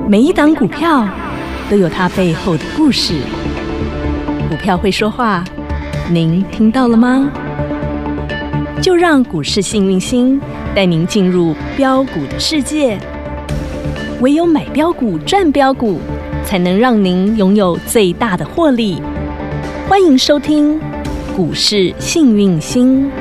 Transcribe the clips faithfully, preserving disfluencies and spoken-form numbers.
每一档股票都有它背后的故事。股票会说话，您听到了吗？就让股市幸运星带您进入标股的世界。唯有买标股赚标股，才能让您拥有最大的获利。欢迎收听股市幸运星。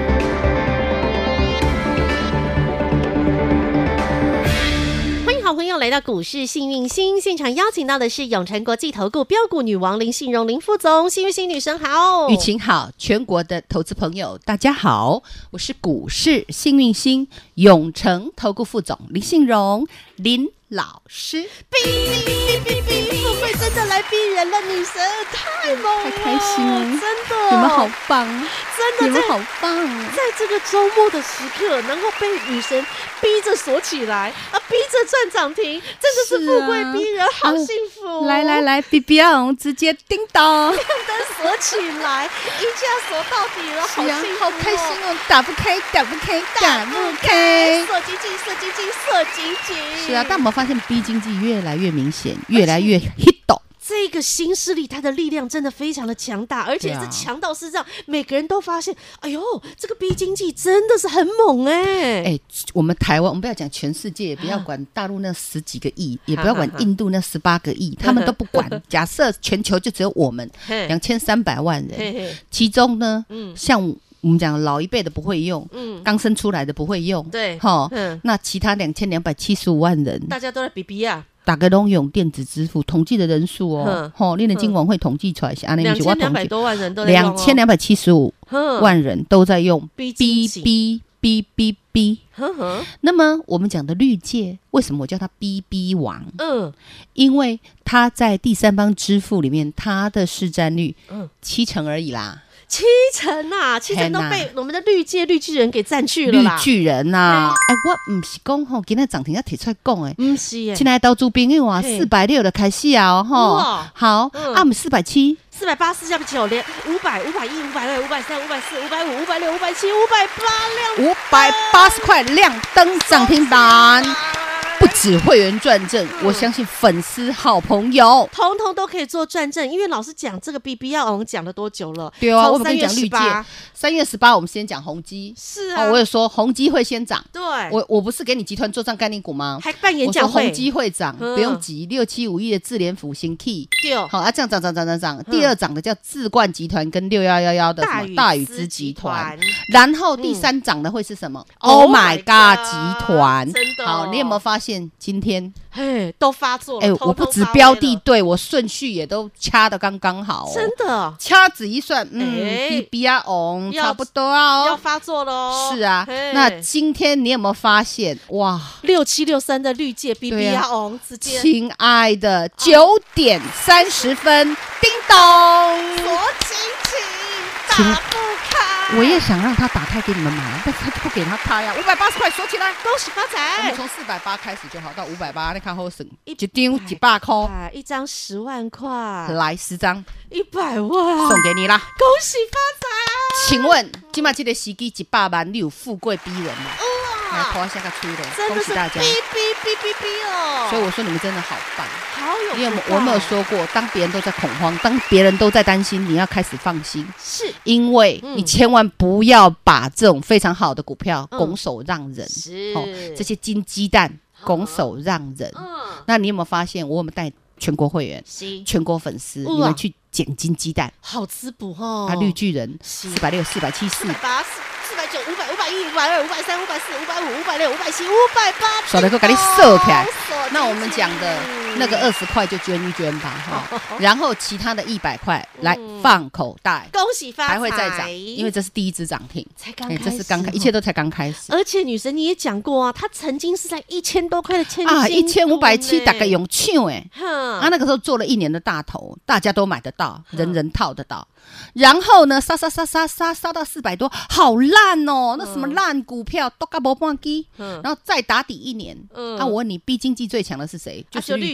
朋友来到股市幸运星现场，邀请到的是永诚国际投顾标股女王林信荣林副总。幸运星女神好， 雨晴好，全国的投资朋友大家好，我是股市幸运星永诚投顾副总林信荣林老师。 哔哔哔哔，富贵真的来逼人了，女神太猛了， 太开心了， 真的， 你们好棒， 真的， 你们好棒！ 在这个周末的时刻，能够被女神逼着锁起来啊，逼着赚涨停，真的是富贵逼人，啊、好幸福、哦！ 来来来，比比昂直接叮当， 亮灯锁起来，一下锁到底了，好幸福、哦， 好开心哦！打不开，打不开，打不开， 锁紧紧，锁紧紧，锁紧紧。 是啊，但我们发现 B 经济越来越明显，越来越 hit 到。 这个新势力，它的力量真的非常的强大，而且是强到是让每个人都发现，哎呦，这个 B 经济真的是很猛哎、欸！ 哎，我们台湾，我们不要讲全世界，也不要管大陆那十几个亿，也不要管印度那十八个亿，他们都不管。假设全球就只有我们两千三百万人，其中呢，像我们讲老一辈的不会用，刚生出来的不会用， 对， 哈，那其他两千两百七十五万人， 大家都在比比啊。 大家都用电子支付，统计的人数哦，吼，你的金管会统计出来是， 两千两百多万人都在用，两千两百七十五万人都在用 B B B B B B。那么我们讲的绿界，为什么我叫它 B B 王？嗯，因为它在第三方支付里面，它的市占率七成而已啦。 七成啊，七成都被我们的绿界绿巨人给占去了啦！ 绿巨人呐、啊，哎、欸，我唔是讲吼，今天涨停要提出来讲诶， 唔是诶， 亲爱的投资朋友啊，四百六的开始啊，吼，好，嗯、啊，我们四百七、 四百八、四百九连五百、五百一、五百二、五百三、五百四、五百五、五百六、五百七、五百八亮， 五百八十块亮灯涨停板。不止会员转正、嗯，我相信粉丝好朋友通通都可以做转正，因为老师讲这个 B B 要我们讲了多久了？ 对啊，我们跟你讲绿界，三月十八我们先讲宏基， 是啊， 哦、我也说宏基会先涨， 对， 我我不是给你集团做账概念股吗？ 还办演讲会， 我说宏基会涨、嗯，不用急，六七五亿的智联辅新 key， 对， 好啊，这样涨涨涨涨涨，第二涨的叫智冠集团跟六幺幺幺的什么大宇资集团，然后第三涨的会是什么、嗯、？Oh my god 集团， 真的、哦， 好，你有没有发现今天？ 嘿，都发作了， 哎、欸，我不止标的对，我顺序也都掐得刚刚好、哦， 真的，掐指一算，嗯，比比啊哦，差不多啊、哦， 要发作了， 是啊。那今天你有没有发现，哇， 六七六三的绿界比比啊哦，直接， 亲爱的，九点三十分，叮咚， 锁紧紧，打不开。 我也想让他打开给你们买，但是他不给他开呀、啊，五百八十块锁起来， 恭喜发财！ 我们从四百八开始就好，到五百八，你看好省，一张几百块， 一张十万块， 来十张， 一百万送给你啦， 恭喜发财！ 请问今麦这个时机一百万，你有富贵逼人吗？来，拖下个吹的，恭喜大家！ 哔哔哔哔哔哦！ 所以我说你们真的好棒， 好有因为我没有说过，当别人都在恐慌，当别人都在担心，你要开始放心， 是因为你千万不要把这种非常好的股票拱手让人， 是、 哦、这些金鸡蛋拱手让人。嗯，那你有没有发现，我有没有带全国会员、全国粉丝，你们去捡金鸡蛋， 好滋补哦！ 啊，绿巨人四百六、四百七、四百八、四百九、五百、五百一、五百二、五百三、五百四、五百五、五百六、五百七、五百八， 耍了个给你射起来。那我们讲的那个二十块就捐一捐吧，哈，然后其他的一百块来放口袋， 恭喜发财， 还会再涨，因为这是第一支涨停， 才刚开始， 这是刚开，一切都才刚开始。 而且女神你也讲过啊，她曾经是在一千多块的千金啊，一千五百七大概用抢哎，啊那个时候做了一年的大头，大家都买得到，人人套得到。然后呢，杀杀杀杀杀杀到四百多，好烂哦！那什么烂股票都干没半基，然后再打底一年。啊，我问你，B 经济最强的是谁？就是绿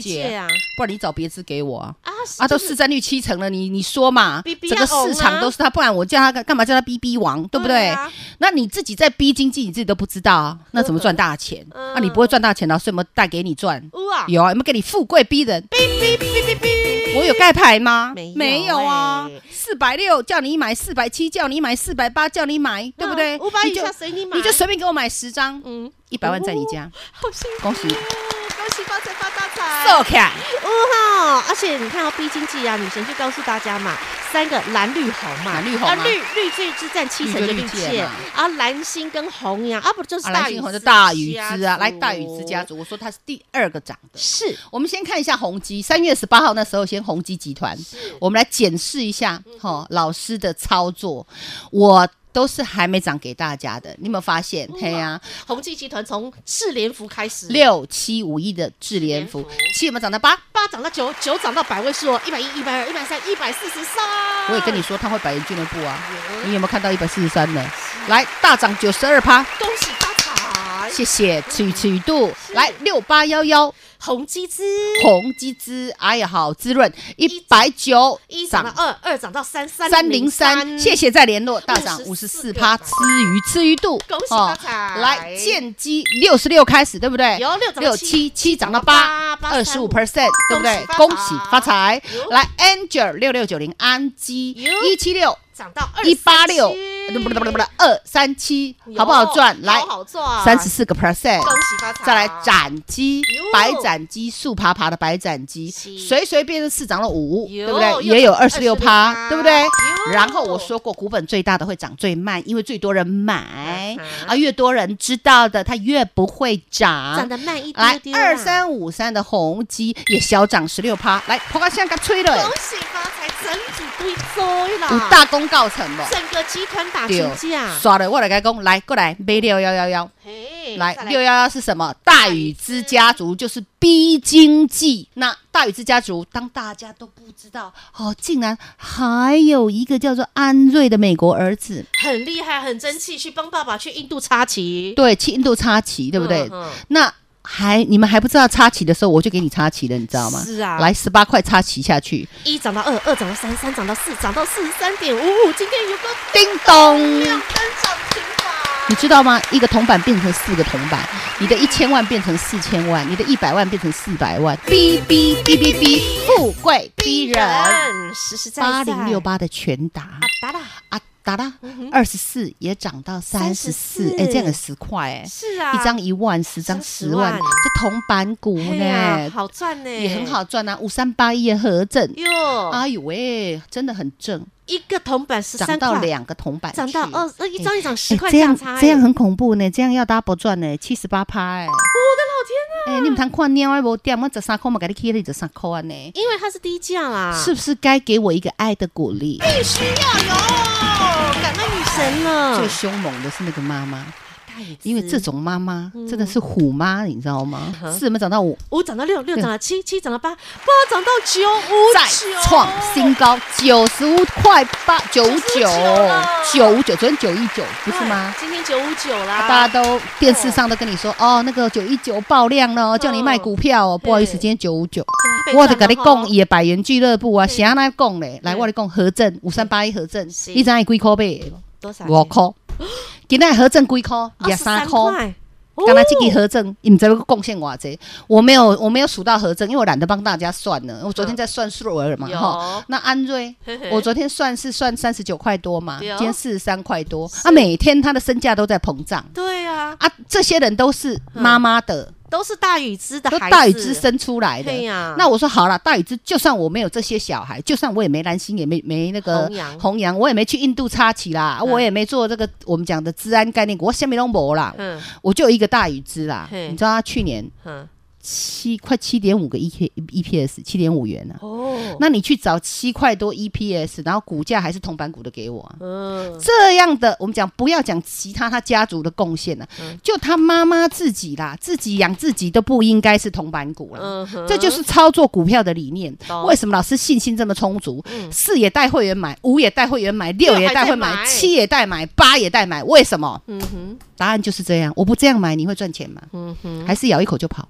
借啊？ 不然你找别支给我啊！ 啊啊，都市占率七成了，你你说嘛？整个市场都是他，不然我叫他干嘛叫他逼逼王，对不对？那你自己在逼经济，你自己都不知道啊，那怎么赚大钱？啊，你不会赚大钱，老师有没有带给你赚？有啊，有没有给你富贵逼人？逼逼逼逼逼！我有盖牌吗？没有啊，四百六叫你买，四百七叫你买，四百八叫你买，对不对？ 五百以下随你买， 你就随便给我买十张，嗯，一百万在你家， 好幸福， 恭喜！ 恭喜发财发大财！ 收起来， 哦哈！而且你看到 B 经济啊，女神就告诉大家嘛，三个蓝绿红嘛， 蓝绿红啊，绿绿最之占七成的绿箭啊，蓝星跟红阳啊，不就是蓝星红的大禹之啊？来，大禹之家族，我说它是第二个涨的。 是， 我们先看一下宏基，三月十八号那时候，先宏基集团，我们来检视一下哈老师的操作，我。都是还没涨给大家的，你有没有发现？嘿呀， 宏基集团从智联福开始， 六七五一的智联福，七有没有涨到八？ 八涨到九，九涨到百位数哦，一百一、一百二、一百三、一百四十三。 我也跟你说，他会百元俱乐部啊，你有没有看到一百四十三呢？来，大涨九十二趴， 恭喜发财！ 谢谢曲曲度，来六八幺幺。 宏基资， 宏基资，哎呀，好滋润，一百九， 一涨到二，二涨到三， 三零三，谢谢再联络，大涨五十四趴，吃鱼吃鱼度， 恭喜发财！ 来，建基六十六开始，对不对？ 有六六七七涨到八，二十五 percent， 对不对？恭喜发财！来 ，Angel 六六九零安基一七六。 涨到一八六，不不不不不，二三七，好不好赚？来， 好赚， 三十四个 percent， 恭喜发财！ 再来斩鸡，白斩鸡，素爬爬的白斩鸡，随随便便市涨了五，对不对？也有二十六趴，对不对？然后我说过，股本最大的会涨最慢，因为最多人买啊，越多人知道的，它越不会涨， 涨得慢一点。 来，二三五三的宏基也小涨十六趴，来，破个现在吹了， 恭喜发财，整组堆追了， 有大功告成了， 整个集团打群架， 刷了我来讲，来过来买六幺幺幺，来六幺幺是什么？大禹之家族就是 B 经济。那大禹之家族，当大家都不知道哦，竟然还有一个叫做安瑞的美国儿子， 很厉害，很争气，去帮爸爸去印度插旗， 对，去印度插旗，对不对？嗯嗯、那。还你们还不知道插旗的时候，我就给你插旗了，你知道吗？ 是啊， 来十八块插旗下去， 一涨到二，二涨到三，三涨到四，涨到四十三点五五。今天有个叮咚两根涨停板， 你知道吗？一个铜板变成四个铜板，你的一千万变成四千万，你的一百万变成四百万，逼逼逼逼逼，富贵逼人， 实实在在。 八零六八的全打， 啊打啦啊。打啦，二十四也涨到三十四，哎，这样有十块哎， 是啊， 一张一万，十张十万，这铜板股呢， 好赚呢， 也很好赚啊，五三八一的合正， 哟， 哎呦喂，真的很正， 一个铜板十三块， 涨到两个铜板， 涨到二，那一张一张十块价差， 这样很恐怖呢，这样要 double 赚呢，七十八趴哎， 我的老天啊， 哎，你们谈看鸟哎，无点我十三块嘛，给你起你十三块啊呢， 因为它是低价啦， 是不是该给我一个爱的鼓励？ 必须要有，感恩女神了。 最凶猛的是那个妈妈。因为这种妈妈真的是虎妈，你知道吗？四有没有涨到五？ 五涨到六，六涨到七，七涨到八，八涨到九，五再创新高，九十五块八，九五九，九五九，昨天九一九不是吗？ 今天九五九啦， 大家都电视上都跟你说哦，那个九一九爆量了，叫你卖股票哦。不好意思，今天九五九，我就跟你讲，也百元俱乐部啊，谁来讲嘞？来，我跟你讲，合正五三八一合正，你知道几块买？ 多少？ 五块。今天合正几块？廿三块。刚才这个合正，你们知道贡献多少？我没有，我没有数到合正，因为我懒得帮大家算了。我昨天在算数儿嘛，哈。那安瑞，我昨天算是算三十九块多嘛，今天四十三块多。啊，每天他的身价都在膨胀。 对啊， 啊，这些人都是妈妈的。 都是大禹之的孩子， 都大禹之生出来的。 呀、 那我说好了，大禹之就算我没有这些小孩，就算我也没蓝星，也没没那个弘扬，我也没去印度插旗啦，嗯、我也没做这个我们讲的治安概念股，我什么都没啦。嗯，我就一个大禹之啦。你知道他去年嗯七快七点五个 E P S， 七点五元啊。哦，那你去找七块多 E P S， 然后股价还是铜板股的给我、啊。嗯，这样的我们讲不要讲其他他家族的贡献了、啊嗯，就他妈妈自己啦，自己养自己都不应该是铜板股了。嗯，这就是操作股票的理念。为什么老师信心这么充足？嗯、四也带会员买，五也带会员买，六也带会买，七也带买，八也带买。为什么？嗯哼，答案就是这样。我不这样买，你会赚钱吗？嗯哼，还是咬一口就跑？嗯。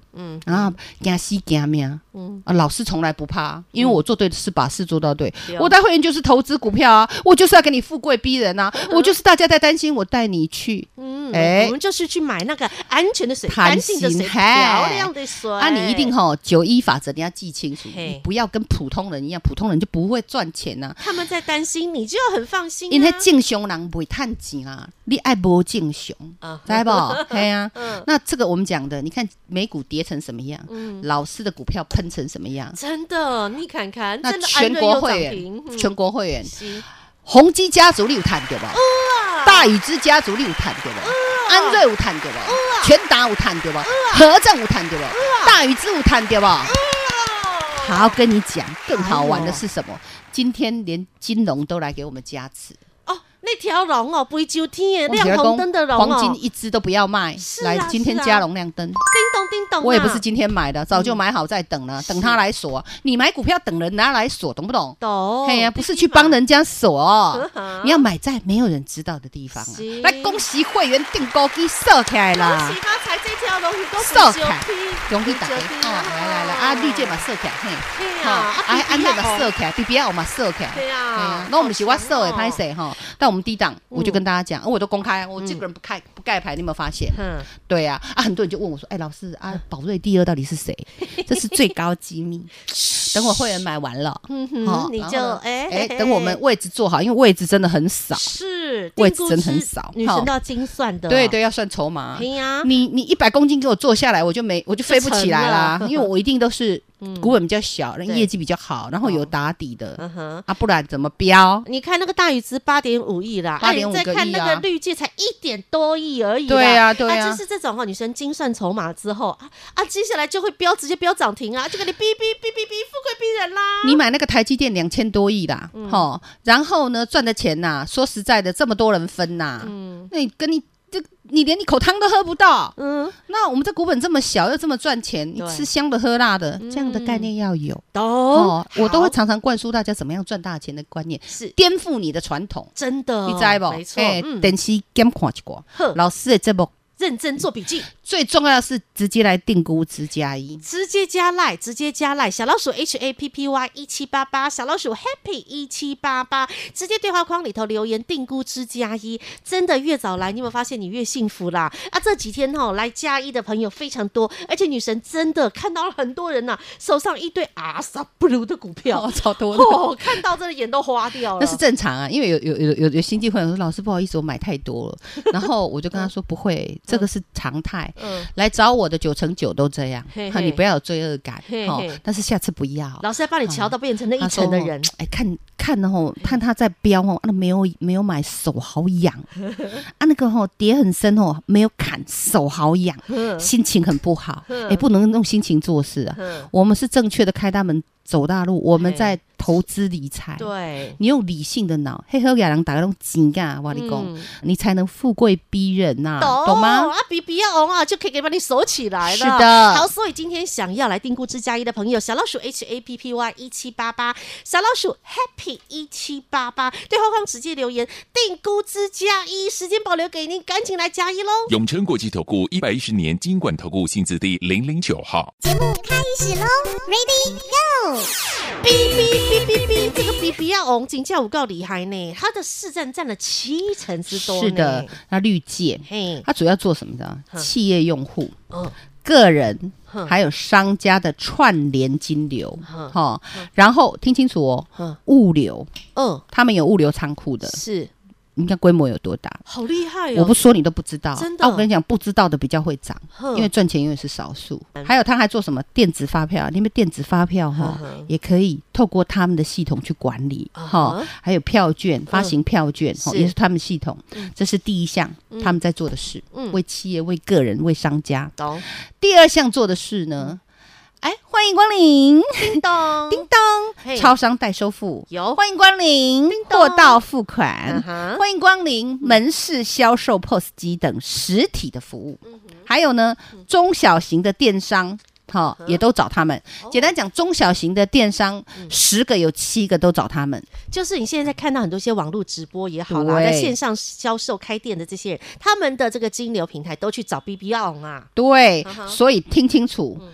然后惊死惊命。嗯啊，老师从来不怕，因为我做对的事，把事做到对。嗯、我带会员就是投资股票啊，我就是要给你富贵逼人啊，嗯、我就是大家在担心，我带你去。嗯， 哎、欸，我们就是去买那个安全的水，干净的水，漂亮的水。 啊，你一定吼九一法则，你要记清楚，你不要跟普通人一样，普通人就不会赚钱啊。 他们在担心，你就要很放心、啊。 因为正常人不会赚钱啊，你爱无正常，啊、知道不？对啊。嗯、那这个我们讲的，你看美股跌成什么样，嗯、老师的股票喷成什么样。 真的，你看看， 那全国会员，嗯、全国会员，宏基家族你有赚对吧？呃、大禹之家族你有赚对吧？呃、安瑞有赚对吧？呃、全达有赚对吧？呃、和正有赚对吧？呃、大禹之有赚对吧？呃、好，跟你讲，更好玩的是什么？今天连金融都来给我们加持。 那条龙哦，不会就天亮红灯的龙哦，黄金一只都不要卖。 是啊、来，今天加龙亮灯，叮咚叮咚、啊。 我也不是今天买的，早就买好在等了，嗯、等他来锁。你买股票等人拿来锁，懂不懂？ 懂。 嘿呀、啊，不是去帮人家锁、哦，你要买在没有人知道的地方啊。来，恭喜会员订购机设起来啦！ 恭喜发财，这条龙你都设起来，容易打开哦。来来来，啊，绿箭嘛设起来，嘿， 好，啊， 安瑞嘛设起来 ，B B L 嘛设起来， 对啊， 那我们是我设的，拍谁哈？但我们低档，我就跟大家讲，我都公开，我这个人不开不盖牌，你有没有发现？嗯，对啊，啊，很多人就问我说，哎，老师啊，宝瑞第二到底是谁？这是最高机密。等我会员买完了， 嗯哼，你就哎哎，等我们位置做好，因为位置真的很少， 是位置真的很少， 女生都要精算的， 对对，要算筹码。 对呀， 你你一百公斤给我做下来，我就没我就飞不起来啦，因为我一定都是。股本比较小，人业绩比较好，然后有打底的，哦、啊，不然怎么标？ 你看那个大禹资八点五亿啦， 八点五个亿啊！ 再看那个绿界才一点多亿而已啦。 对啊，对啊， 啊就是这种哈，女生精算筹码之后啊啊，接下来就会飙，直接飙涨停啊，就给你逼逼逼逼逼，富贵逼人啦！ 你买那个台积电两千多亿啦，嗯、齁，然后呢赚的钱呐、啊，说实在的，这么多人分呐、啊，嗯，那你跟你。这你连一口汤都喝不到，嗯，那我们这股本这么小又这么赚钱，你吃香的喝辣的，这样的概念要有， 懂、哦？ 我都会常常灌输大家怎么样赚大钱的观念，是颠覆你的传统， 真的， 你知道不？ 没错， 哎、嗯，电视检看一挂，老师的节目。 认真做笔记， 最重要的是直接来订估值加一， 直接加赖，直接加赖，小老鼠 H A P P Y 一七八八，小老鼠 Happy 一七八八，直接对话框里头留言订估值加一，真的越早来，你有没有发现你越幸福啦？啊，这几天哈、哦、来加一的朋友非常多，而且女神真的看到了很多人呐、啊，手上一堆阿萨布鲁的股票， 哦，超多的， 哦，看到真的眼都花掉了。 那是正常啊，因为有有有有有新进会员说老师不好意思，我买太多了，然后我就跟他说不会，这个是常态，嗯，来找我的九成九都这样，嘿嘿你不要有罪恶感，嘿嘿但是下次不要。 老师要帮你瞧到变成那一层的人， 哎、嗯，看看哦，看他在飙哦，啊，没有没有买，手好痒，啊，那个哦跌很深哦，没有砍，手好痒，心情很不好，哎，不能用心情做事啊。我们是正确的开大门走大路，我们在投资理财， 对， 你用理性的脑，嘿呵，亚人打个种钱啊，我跟你讲，嗯、你才能富贵逼人呐、啊，懂吗？ 啊，比比要红啊，就可以给把你锁起来了。 是的， 好，所以今天想要来订估值加一的朋友，小老鼠 H A P P Y 一七八八，小老鼠 Happy 一七八八，对话框直接留言订估值加一，时间保留给您，赶紧来加一喽！ 永诚国际投顾一百一十年金管投顾新字第零零九号， 节目开始喽 ，Ready Go！ 哔哔哔哔哔，这个比比亚红金价五告厉害呢，它的市占占了七成之多。 是的，那绿界，它主要做什么的？企业用户、嗯、个人还有商家的串联金流，哈、嗯，然后听清楚哦，嗯、物流，嗯，他们有物流仓库的， 是。 你看规模有多大， 好厉害哦！ 我不说你都不知道， 真的。 啊、我跟你讲，不知道的比较会涨，因为赚钱永远是少数。还有他还做什么电子发票？因为电子发票哈也可以透过他们的系统去管理哈，还有票券发行票券哈也是他们系统。这是第一项他们在做的事，为企业、为个人、为商家。懂。第二项做的事呢？哎，欢迎光临！ 叮咚， 叮咚，超商代收付有， 欢迎光临！货到付款，uh-huh. 欢迎光临！门市销售 P O S 机等实体的服务，嗯、还有呢，中小型的电商。好、哦，也都找他们。简单讲，中小型的电商，十、嗯、个有七个都找他们。 就是你现在看到很多些网络直播也好啦，在线上销售开店的这些人，他们的这个金流平台都去找 B B 澳啊。 对， uh-huh. 所以听清楚。嗯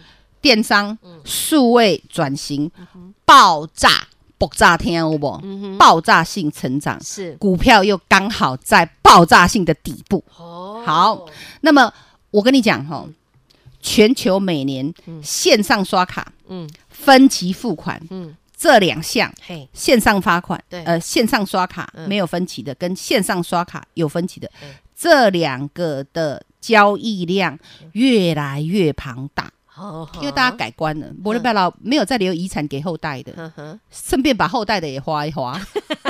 电商数位转型爆炸。爆炸听有无？嗯、爆炸性成长是股票又刚好在爆炸性的底部。哦，好，那么我跟你讲哈，全球每年线上刷卡、嗯、分期付款、嗯、这两项，线上发款，呃，线上刷卡没有分期的，跟线上刷卡有分期的，这两个的交易量越来越庞大。因为大家改观了，伯利拜老没有再留遗产给后代的，顺便把后代的也花一花，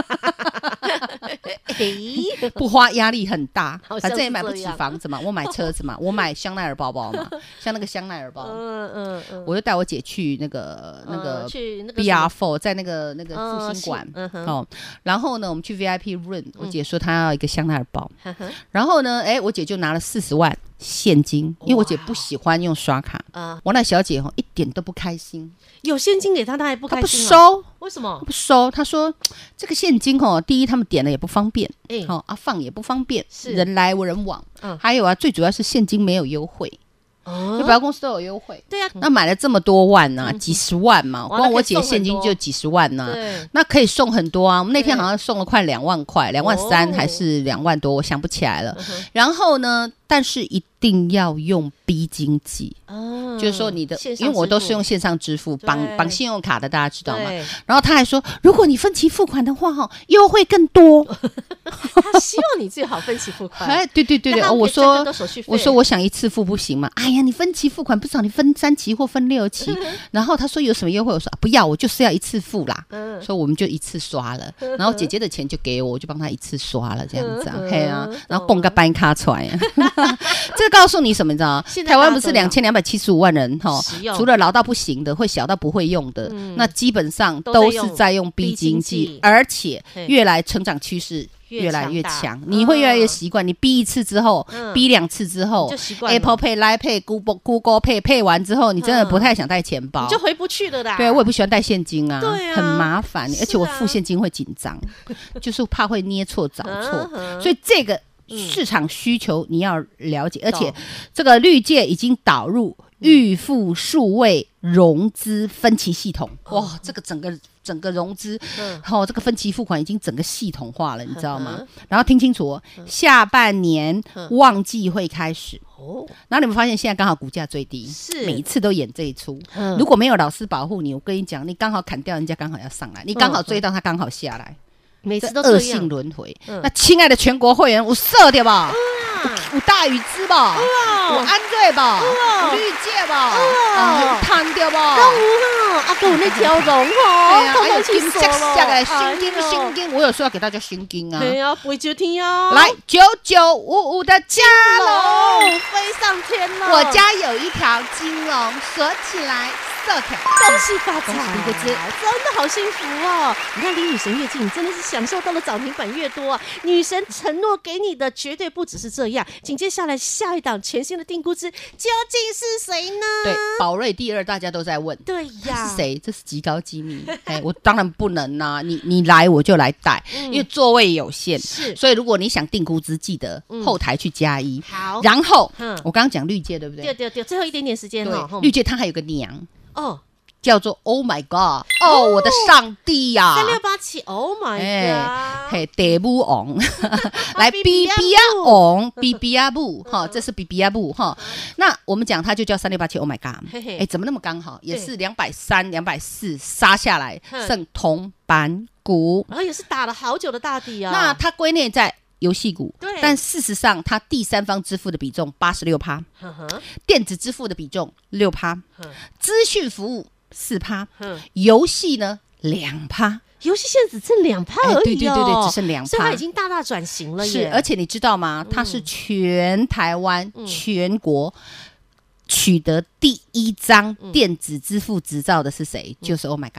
不花压力很大，反正也买不起房子嘛，我买车子嘛，我买香奈儿包包嘛，像那个香奈儿包，嗯嗯嗯，我就带我姐去那个那个 B R 四，在那个那个复兴馆哦，然后呢，我们去 V I P room， 我姐说她要一个香奈儿包，然后呢，哎，我姐就拿了四十万。现金，因为我姐不喜欢用刷卡，啊、我那小姐一点都不开心。 有现金给她，她还不开心、啊， 她不收， 为什么？ 她不收，她说这个现金哦，第一他们点了也不方便，欸、哦啊放也不方便，人来人往，嗯、还有啊，最主要是现金没有优惠。哦，就百货公司都有优惠， 对啊， 那买了这么多万呢、啊，嗯、几十万嘛，光我姐现金就几十万呢、啊，那可以送很多啊。我们那天好像送了快两万块，两万三还是两万多，我想不起来了。嗯、然后呢，但是一定要用 B 经济，哦、就是说你的，因为我都是用线上支付，绑绑信用卡的，大家知道吗？然后他还说，如果你分期付款的话，哈，优惠更多。 他希望你最好分期付款。 哎，对对对对，我说我说我想一次付不行吗？哎呀，你分期付款不少，你分三期或分六期。然后他说有什么优惠，我说、啊、不要，我就是要一次付啦。嗯、所以我们就一次刷了，然后姐姐的钱就给我，我就帮她一次刷了，这样子啊，嘿啊，然后蹦个班卡出来。这告诉你什么？你知道吗？台湾不是两千两百七十五万人哈，除了老到不行的，会小到不会用的，嗯、那基本上都是在用 B 经济，而且越来成长趋势。越来越强，你会越来越习惯。你逼一次之后，嗯、逼两次之后 ，Apple Pay、Line Pay、Google Google Pay 配完之后，你真的不太想带钱包， 你就回不去了啦。 对，我也不喜欢带现金啊， 对啊， 很麻烦，而且我付现金会紧张，啊、就是怕会捏错找错，所以这个市场需求你要了解，而且这个绿界已经导入预付数位融资分期系统，哇，这个整个。整个融资，嗯，哦，这个分期付款已经整个系统化了，你知道吗？嗯、然后听清楚、哦，嗯、下半年旺季会开始。哦，然后你们发现现在刚好股价最低，是每一次都演这一出。嗯、如果没有老师保护你，我跟你讲，你刚好砍掉人家，刚好要上来，你刚好追到他，刚好下来。 每次都恶性轮回。嗯、那亲爱的全国会员，我射掉吧，有大禹之吧，有安瑞吧，有绿界吧，有汤掉吧， 都有啊，都有那条龙哦， 还有金色的新金新金，我有说要给大家新金啊， 对啊，不会就听啊， 来九九五五的加龙飞上天了， 我家有一条金龙锁起来。恭喜发财！真的好幸福哦！你看离女神越近，你真的是享受到了涨停板越多啊！女神承诺给你的绝对不只是这样。紧接下来下一档全新的定估值究竟是谁呢？ 对，宝瑞第二，大家都在问， 对呀， 是谁？这是极高机密。哎，我当然不能呐、啊，你你来我就来带，嗯、因为座位有限，是，所以如果你想定估值，记得后台去加一。好、嗯，然后、嗯、我刚刚讲绿界，对不对？ 对对对，最后一点点时间了。 绿界它还有个娘。哦，叫做 Oh my God！ 哦，我的上帝呀、啊！ 三六八七 ，Oh my God！ 嘿，地母王，来 B B 啊王 ，B B 啊母，哈，这是 B B 啊母哈。那我们讲它就叫三六八七 ，Oh my God！ 哎，怎么那么刚好？也是两百三、两百四杀下来，剩铜板股， 然后也是打了好久的大底啊。 那它归内在游戏股，但事实上，它第三方支付的比重八十六趴，电子支付的比重六趴，资讯服务四趴，游戏呢两趴。 游戏现在只剩两趴而已、哦哎、 对对对对，只剩两趴， 所以它已经大大转型了耶。 是，而且你知道吗？它是全台湾、嗯、全国取得第一张电子支付执照的是谁？嗯、就是 Oh my God。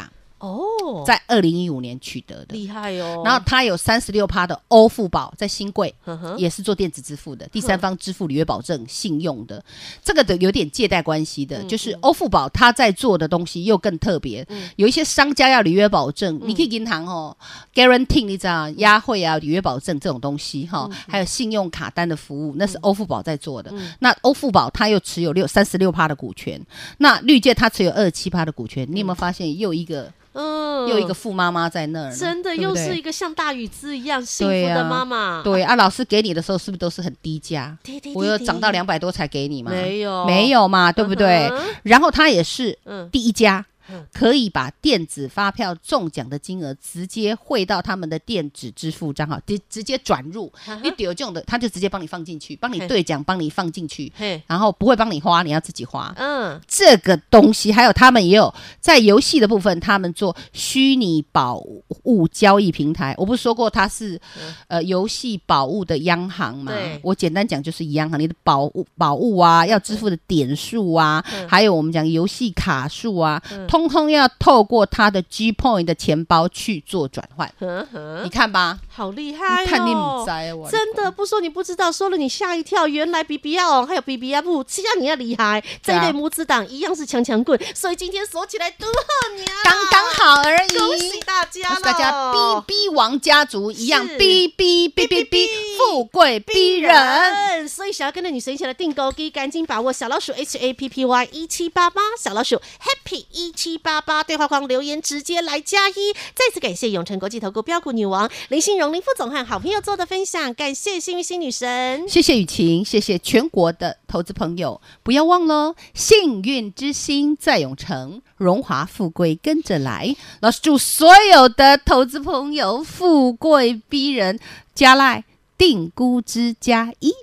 哦， 在二零一五年取得的， 厉害哦。 然后它有三十六趴的欧付宝在新贵， 呵呵也是做电子支付的，第三方支付履约保证信用的，这个的有点借贷关系的， 嗯就是欧付宝它在做的东西又更特别，嗯、有一些商家要履约保证，嗯、你可以银行哦 guarantee 你知道押汇啊履约保证这种东西哈、哦嗯，还有信用卡单的服务，那是欧付宝在做的。嗯、那欧付宝它又持有六三十六趴的股权，那绿界它持有二十七趴的股权，你有没有发现又一个？嗯，又一个富妈妈在那儿， 真的对对又是一个像大禹之一样幸福的妈妈。 对 啊, 对啊，老师给你的时候是不是都是很低价？ 对对对， 我有涨到两百多才给你吗？ 没有， 没有嘛，对不对？嗯、然后他也是第一家。 嗯、 可以把电子发票中奖的金额直接汇到他们的电子支付账号，直直接转入。嗯、你有这种的，他就直接帮你放进去，帮你兑奖，帮你放进去，然后不会帮你花，你要自己花。嗯，这个东西还有他们也有在游戏的部分，他们做虚拟宝物交易平台。我不是说过它是、嗯、呃游戏宝物的央行嘛？我简单讲就是央行，你的宝物宝物啊，要支付的点数啊，嗯、还有我们讲游戏卡数啊。嗯通通要透过他的 G Point 的钱包去做转换，呵呵你看吧， 好厉害哦！ 看你不知我真的不说你不知道，说了你吓一跳。原来 B B L 还有 B B F， 这样你要厉害，这一对母子档一样是强强棍，所以今天锁起来祝贺你啊， 刚刚好而已， 恭喜大家了！ 大家 B B 王家族一样 B B B B B 富贵逼人， 所以想要跟着女神一起来订购机，赶紧把握小老鼠 H A P P Y 一七八八，小老鼠 Happy 一七八八对话框留言直接来加一。再次感谢永诚国际投顾标股女王林欣荣林副总和好朋友做的分享，感谢幸运星女神， 谢谢雨晴，谢谢全国的投资朋友，不要忘了幸运之星在永诚，荣华富贵跟着来。老师祝所有的投资朋友富贵逼人，加赖定估之加一。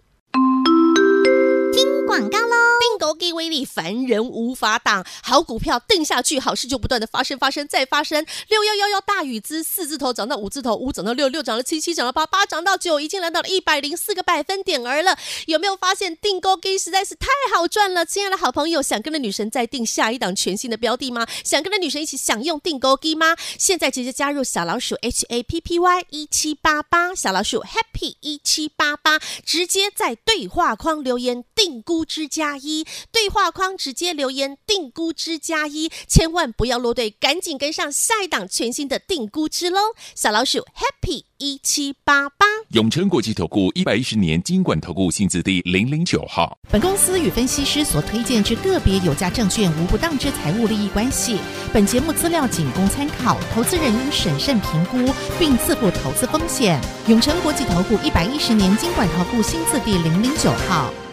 听广告喽！ 定购给威力，凡人无法挡。好股票定下去，好事就不断的发生，发生再发生。六幺幺幺大禹资四字头涨到五字头，五涨到六，六涨到七，七涨到八，八涨到九，已经来到了一百零四个百分点儿了。有没有发现定购给实在是太好赚了？亲爱的好朋友，想跟着女神再定下一档全新的标的吗？想跟着女神一起享用定购给吗？现在直接加入小老鼠 H A P P Y 一七八八，小老鼠 Happy 一七八八，直接在对话框留言定估之加一，对话框直接留言定估之加一，千万不要落队，赶紧跟上下一档全新的定估之喽！小老鼠 Happy 一七八八， 永诚国际投顾一百一十年金管投顾新字第零零九号。 本公司与分析师所推荐之个别有价证券无不当之财务利益关系。本节目资料仅供参考，投资人应审慎评估并自负投资风险。永诚国际投顾一百一十年金管投顾新字第零零九号。